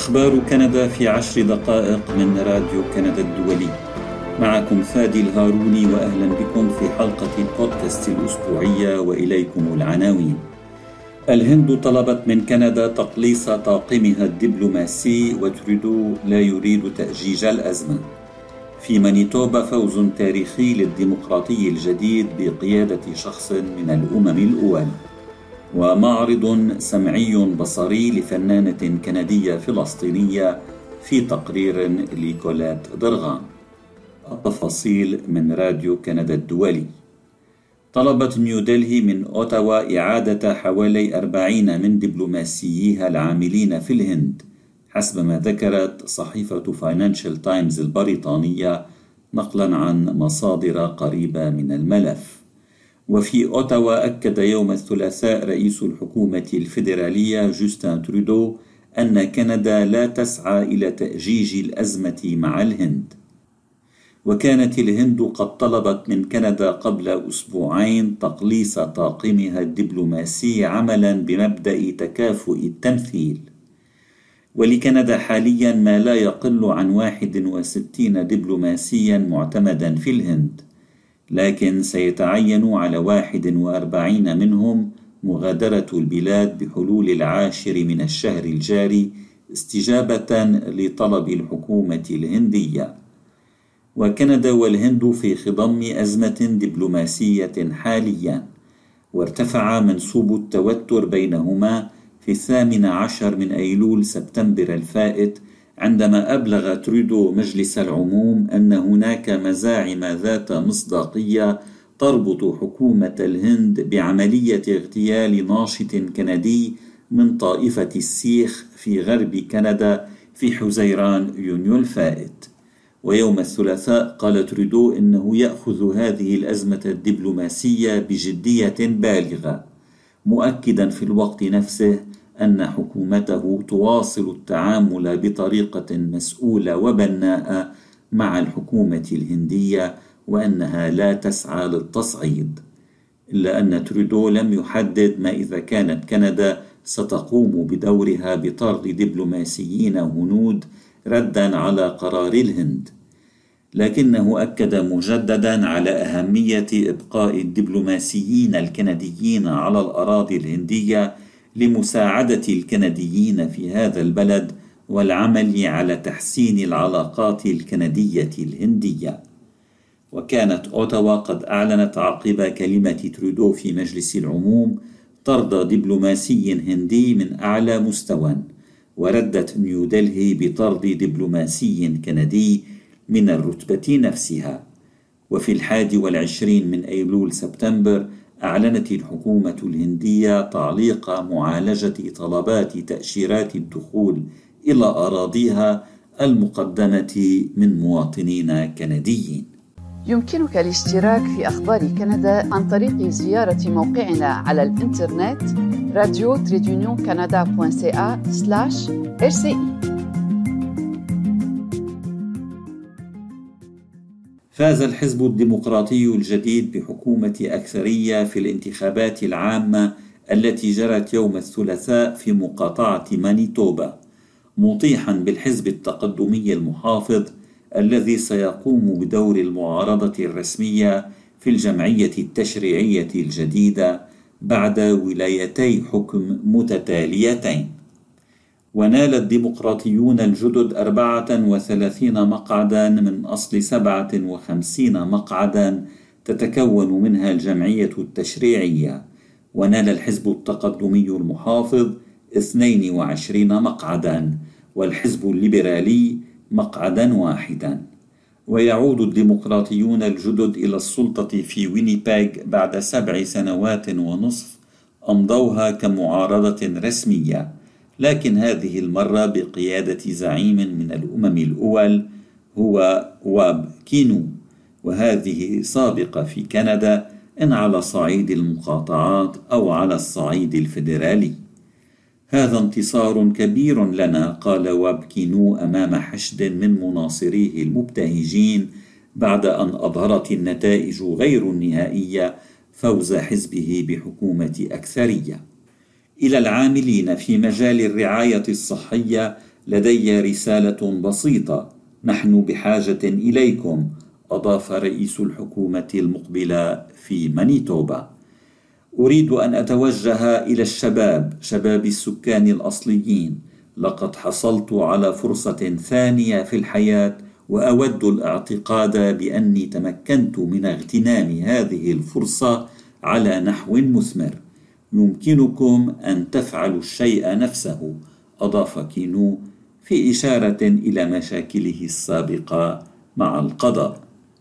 أخبار كندا في 10 دقائق من راديو كندا الدولي. معكم فادي الهاروني، وأهلا بكم في حلقة البودكاست الأسبوعية، وإليكم العناوين. الهند طلبت من كندا تقليص طاقمها الدبلوماسي، وترودو لا يريد تأجيج الأزمة. في مانيتوبا فوز تاريخي للديمقراطي الجديد بقيادة شخص من الأمم الأول. ومعرض سمعي بصري لفنانة كندية فلسطينية في تقرير لكولات درغام. التفاصيل من راديو كندا الدولي. طلبت نيودلهي من أوتاوا إعادة حوالي 40 من دبلوماسييها العاملين في الهند، حسب ما ذكرت صحيفة فاينانشال تايمز البريطانية نقلا عن مصادر قريبة من الملف. وفي أوتاوا أكد يوم الثلاثاء رئيس الحكومة الفيدرالية جوستن ترودو أن كندا لا تسعى إلى تأجيج الأزمة مع الهند. وكانت الهند قد طلبت من كندا قبل أسبوعين تقليص طاقمها الدبلوماسي عملا بمبدأ تكافؤ التمثيل. ولكندا حاليا ما لا يقل عن 61 دبلوماسيا معتمدا في الهند، لكن سيتعين على 41 منهم مغادرة البلاد بحلول 10 من الشهر الجاري استجابة لطلب الحكومة الهندية. وكندا والهند في خضم أزمة دبلوماسية حاليا، وارتفع منسوب التوتر بينهما في 18 من أيلول سبتمبر الفائت، عندما أبلغ ترودو مجلس العموم أن هناك مزاعم ذات مصداقية تربط حكومة الهند بعملية اغتيال ناشط كندي من طائفة السيخ في غرب كندا في حزيران يونيو الفائت. ويوم الثلاثاء قال ترودو إنه يأخذ هذه الأزمة الدبلوماسية بجدية بالغة، مؤكدا في الوقت نفسه أن حكومته تواصل التعامل بطريقة مسؤولة وبناءة مع الحكومة الهندية، وأنها لا تسعى للتصعيد. إلا أن ترودو لم يحدد ما إذا كانت كندا ستقوم بدورها بطرد دبلوماسيين هنود ردا على قرار الهند، لكنه أكد مجددا على أهمية إبقاء الدبلوماسيين الكنديين على الأراضي الهندية لمساعدة الكنديين في هذا البلد والعمل على تحسين العلاقات الكندية الهندية. وكانت أوتاوا قد أعلنت عقب كلمة ترودو في مجلس العموم طرد دبلوماسي هندي من أعلى مستوى، وردت نيودلهي بطرد دبلوماسي كندي من الرتبة نفسها. وفي 21 من أيلول سبتمبر أعلنت الحكومة الهندية تعليق معالجة طلبات تأشيرات الدخول إلى أراضيها المقدمة من مواطنين كنديين. يمكنك الاشتراك في أخبار كندا عن طريق زيارة موقعنا على الإنترنت radio-canada.ca/RCI. فاز الحزب الديمقراطي الجديد بحكومة أكثرية في الانتخابات العامة التي جرت يوم الثلاثاء في مقاطعة مانيتوبا، مطيحا بالحزب التقدمي المحافظ الذي سيقوم بدور المعارضة الرسمية في الجمعية التشريعية الجديدة بعد ولايتي حكم متتاليتين. ونال الديمقراطيون الجدد 34 مقعدا من أصل 57 مقعدا تتكون منها الجمعية التشريعية. ونال الحزب التقدمي المحافظ 22 مقعدا، والحزب الليبرالي مقعدا واحدا. ويعود الديمقراطيون الجدد إلى السلطة في وينيبيغ بعد 7 سنوات ونصف أمضوها كمعارضة رسمية، لكن هذه المرة بقيادة زعيم من الأمم الأول هو واب كينو، وهذه سابقة في كندا إن على صعيد المقاطعات أو على الصعيد الفيدرالي. هذا انتصار كبير لنا، قال واب كينو أمام حشد من مناصريه المبتهجين بعد أن أظهرت النتائج غير النهائية فوز حزبه بحكومة أكثرية. إلى العاملين في مجال الرعاية الصحية لدي رسالة بسيطة: نحن بحاجة إليكم، أضاف رئيس الحكومة المقبلة في مانيتوبا. أريد أن أتوجه إلى شباب السكان الأصليين. لقد حصلت على فرصة ثانية في الحياة، وأود الاعتقاد بأني تمكنت من اغتنام هذه الفرصة على نحو مثمر. يمكنكم أن تفعلوا الشيء نفسه، أضاف كينو في إشارة إلى مشاكله السابقة مع القضاء.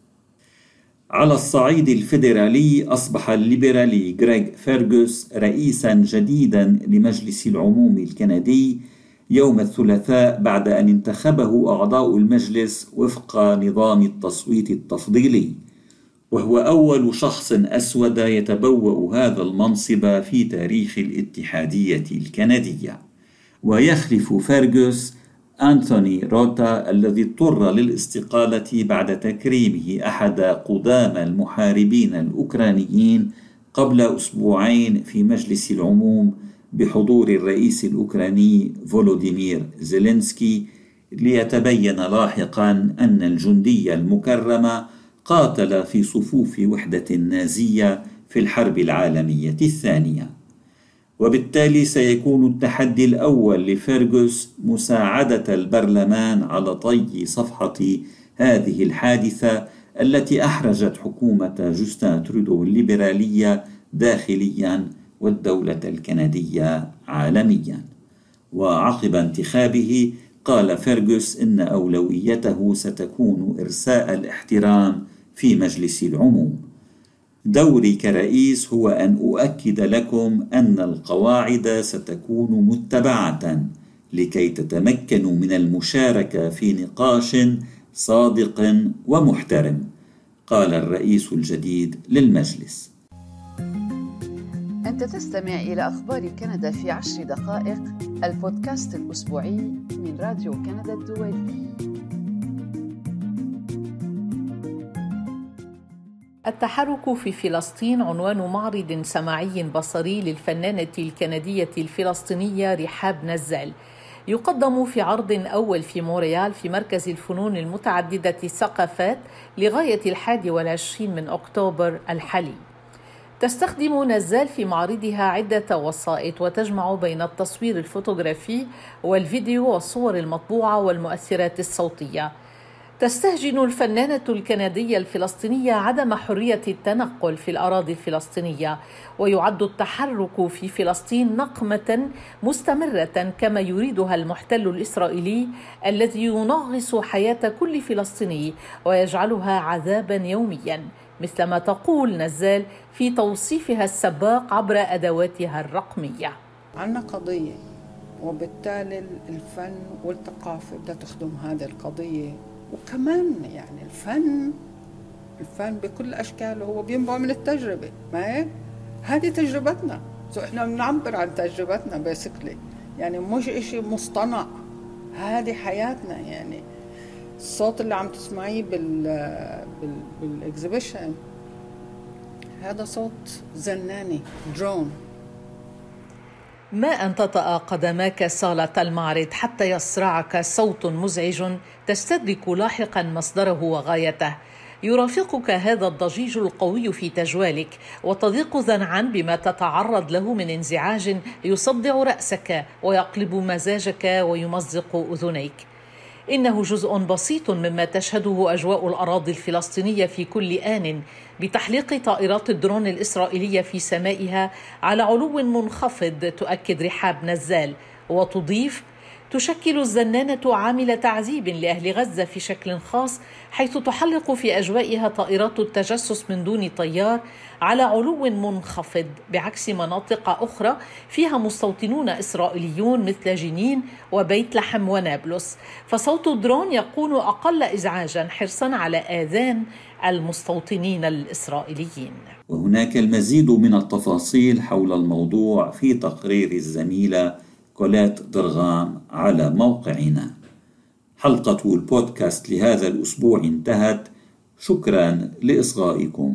على الصعيد الفيدرالي، أصبح الليبرالي غريغ فيرغوس رئيسا جديدا لمجلس العموم الكندي يوم الثلاثاء، بعد أن انتخبه أعضاء المجلس وفق نظام التصويت التفضيلي، وهو أول شخص أسود يتبوأ هذا المنصب في تاريخ الاتحادية الكندية. ويخلف فيرغوس أنتوني روتا الذي اضطر للاستقالة بعد تكريمه أحد قدامى المحاربين الأوكرانيين قبل أسبوعين في مجلس العموم بحضور الرئيس الأوكراني فولوديمير زيلينسكي، ليتبين لاحقا أن الجندي المكرم قاتل في صفوف وحدة نازية في الحرب العالمية الثانية. وبالتالي سيكون التحدي الأول لفيرغوس مساعدة البرلمان على طي صفحة هذه الحادثة التي أحرجت حكومة جوستن ترودو الليبرالية داخليا والدولة الكندية عالميا. وعقب انتخابه قال فيرغوس إن أولويته ستكون إرساء الاحترام في مجلس العموم. دوري كرئيس هو أن أؤكد لكم أن القواعد ستكون متبعة لكي تتمكنوا من المشاركة في نقاش صادق ومحترم، قال الرئيس الجديد للمجلس. أنت تستمع إلى أخبار كندا في 10 دقائق، البودكاست الأسبوعي من راديو كندا الدولي. التحرك في فلسطين عنوان معرض سماعي بصري للفنانة الكندية الفلسطينية رحاب نزال، يقدم في عرض أول في مونريال في مركز الفنون المتعددة الثقافات لغاية 21 من أكتوبر الحالي. تستخدم نزال في معرضها عدة وسائط، وتجمع بين التصوير الفوتوغرافي والفيديو والصور المطبوعة والمؤثرات الصوتية. تستهجن الفنانة الكندية الفلسطينية عدم حرية التنقل في الأراضي الفلسطينية، ويعد التحرك في فلسطين نقمة مستمرة كما يريدها المحتل الإسرائيلي الذي ينغص حياة كل فلسطيني ويجعلها عذابا يوميا، مثلما تقول نزال في توصيفها السباق عبر أدواتها الرقمية. عندنا قضية، وبالتالي الفن والثقافة بدها تخدم هذه القضية. وكمان يعني الفن بكل أشكاله هو بينبع من التجربة، ما هيك؟ هذه تجربتنا، احنا بنعبر عن تجربتنا باسكلي، يعني مش اشي مصطنع، هذه حياتنا. يعني الصوت اللي عم تسمعيه بالاكزيبيشن هذا صوت زناني، درون. ما أن تطأ قدماك صالة المعرض حتى يصرعك صوت مزعج تستدرك لاحقا مصدره وغايته. يرافقك هذا الضجيج القوي في تجوالك، وتضيق ذنعا بما تتعرض له من انزعاج يصدع رأسك ويقلب مزاجك ويمزق أذنيك. إنه جزء بسيط مما تشهده أجواء الأراضي الفلسطينية في كل آن، بتحليق طائرات الدرون الإسرائيلية في سمائها على علو منخفض، تؤكد رحاب نزال، وتضيف: تشكل الزنانة عامل تعذيب لأهل غزة في شكل خاص، حيث تحلق في أجوائها طائرات التجسس من دون طيار على علو منخفض، بعكس مناطق أخرى فيها مستوطنون إسرائيليون مثل جنين وبيت لحم ونابلس، فصوت الدرون يكون أقل إزعاجا حرصا على آذان المستوطنين الإسرائيليين. وهناك المزيد من التفاصيل حول الموضوع في تقرير الزميلة كولات درغام على موقعنا. حلقة البودكاست لهذا الأسبوع انتهت. شكرا لإصغائكم.